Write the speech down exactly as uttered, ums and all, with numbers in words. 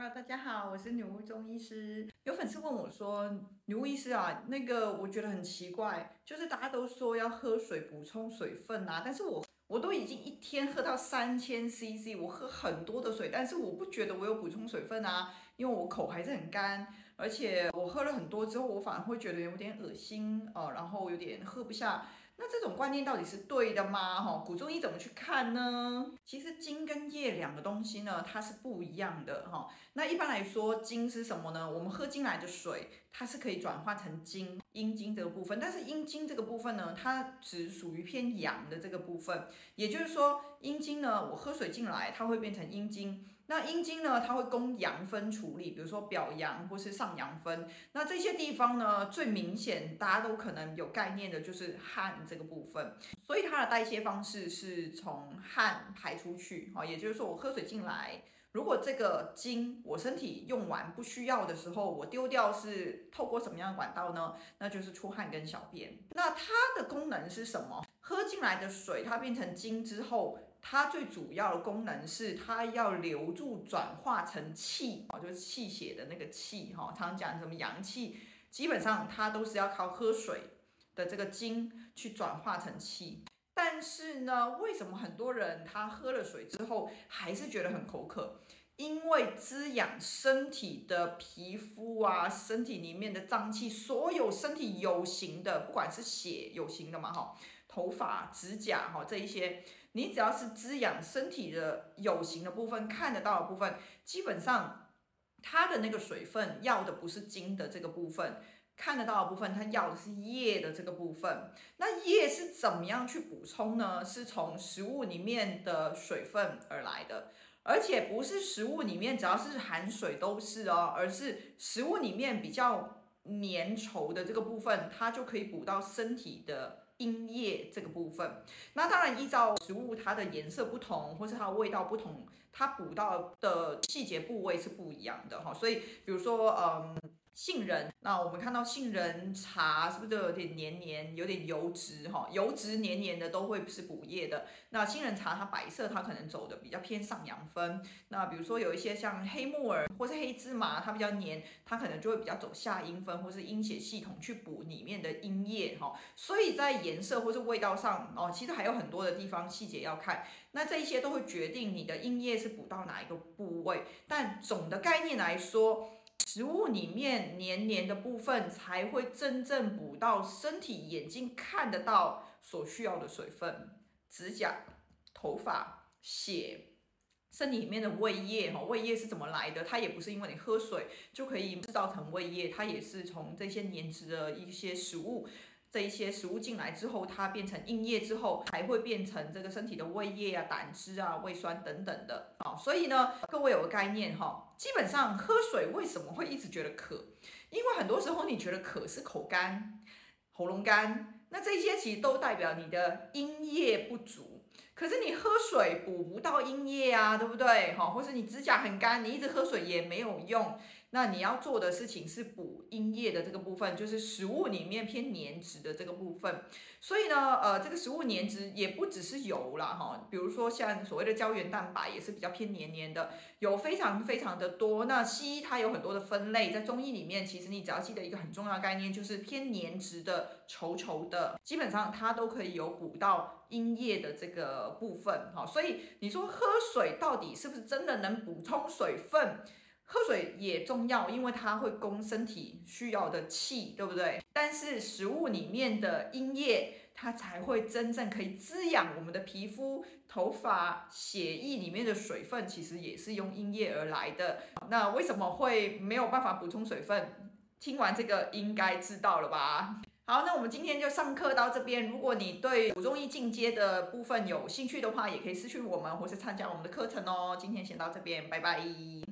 Hello，大家好，我是女巫中医师。有粉丝问我说，女巫医师啊，那个我觉得很奇怪，就是大家都说要喝水补充水分啊，但是我我都已经一天喝到三千 C C， 我喝很多的水，但是我不觉得我有补充水分啊，因为我口还是很干，而且我喝了很多之后，我反而会觉得有点恶心呃，然后有点喝不下。那这种观念到底是对的吗？哈，古中医怎么去看呢？其实精跟液两个东西呢，它是不一样的哈。那一般来说，精是什么呢？我们喝进来的水，它是可以转换成精，阴精这个部分。但是阴精这个部分呢，它只属于偏阳的这个部分。也就是说，阴精呢，我喝水进来，它会变成阴精。那阴精呢，它会供阳分处理，比如说表阳或是上阳分。那这些地方呢，最明显大家都可能有概念的就是汗这个部分，所以它的代谢方式是从汗排出去，也就是说我喝水进来。如果这个精我身体用完不需要的时候，我丢掉是透过什么样的管道呢？那就是出汗跟小便。那它的功能是什么？喝进来的水它变成精之后，它最主要的功能是它要留住转化成气，就是气血的那个气，常讲什么阳气，基本上它都是要靠喝水的这个精去转化成气。但是呢，为什么很多人他喝了水之后还是觉得很口渴？因为滋养身体的皮肤啊，身体里面的脏器，所有身体有形的，不管是血有形的嘛，哈，头发、指甲，哈，这一些，你只要是滋养身体的有形的部分，看得到的部分，基本上它的那个水分要的不是精的这个部分。看得到的部分，它要的是液的这个部分。那液是怎么样去补充呢？是从食物里面的水分而来的，而且不是食物里面只要是含水都是哦，而是食物里面比较粘稠的这个部分，它就可以补到身体的阴液这个部分。那当然依照食物它的颜色不同，或是它的味道不同，它补到的细节部位是不一样的哈。所以比如说，嗯。杏仁，那我们看到杏仁茶是不是都有点黏黏，有点油脂哈？油脂黏黏的都会是补液的。那杏仁茶它白色，它可能走的比较偏上阳分。那比如说有一些像黑木耳或是黑芝麻，它比较黏，它可能就会比较走下阴分或是阴血系统去补里面的阴液哈。所以在颜色或是味道上哦，其实还有很多的地方细节要看。那这一些都会决定你的阴液是补到哪一个部位。但总的概念来说，食物里面黏黏的部分才会真正补到身体眼睛看得到所需要的水分，指甲、头发、血，身体里面的胃液，胃液是怎么来的？它也不是因为你喝水就可以制造成胃液，它也是从这些黏质的一些食物。这一些食物进来之后，它变成阴液之后，还会变成这个身体的胃液啊、胆汁啊、胃酸等等的。好，所以呢，各位有个概念哈，基本上喝水为什么会一直觉得渴？因为很多时候你觉得渴是口干、喉咙干，那这些其实都代表你的阴液不足。可是你喝水补不到阴液啊，对不对？好，或是你指甲很干，你一直喝水也没有用。那你要做的事情是补阴液的这个部分，就是食物里面偏黏质的这个部分。所以呢，呃，这个食物黏质也不只是油啦，哈，比如说像所谓的胶原蛋白也是比较偏黏黏的，有非常非常的多。那西医它有很多的分类，在中医里面，其实你只要记得一个很重要的概念，就是偏黏质的、稠稠的，基本上它都可以有补到阴液的这个部分，哈。所以你说喝水到底是不是真的能补充水分？喝水也重要，因为它会供身体需要的气，对不对？但是食物里面的阴液，它才会真正可以滋养我们的皮肤、头发、血液里面的水分，其实也是用阴液而来的。那为什么会没有办法补充水分？听完这个应该知道了吧？好，那我们今天就上课到这边。如果你对古中医进阶的部分有兴趣的话，也可以私讯我们，或是参加我们的课程哦。今天先到这边，拜拜。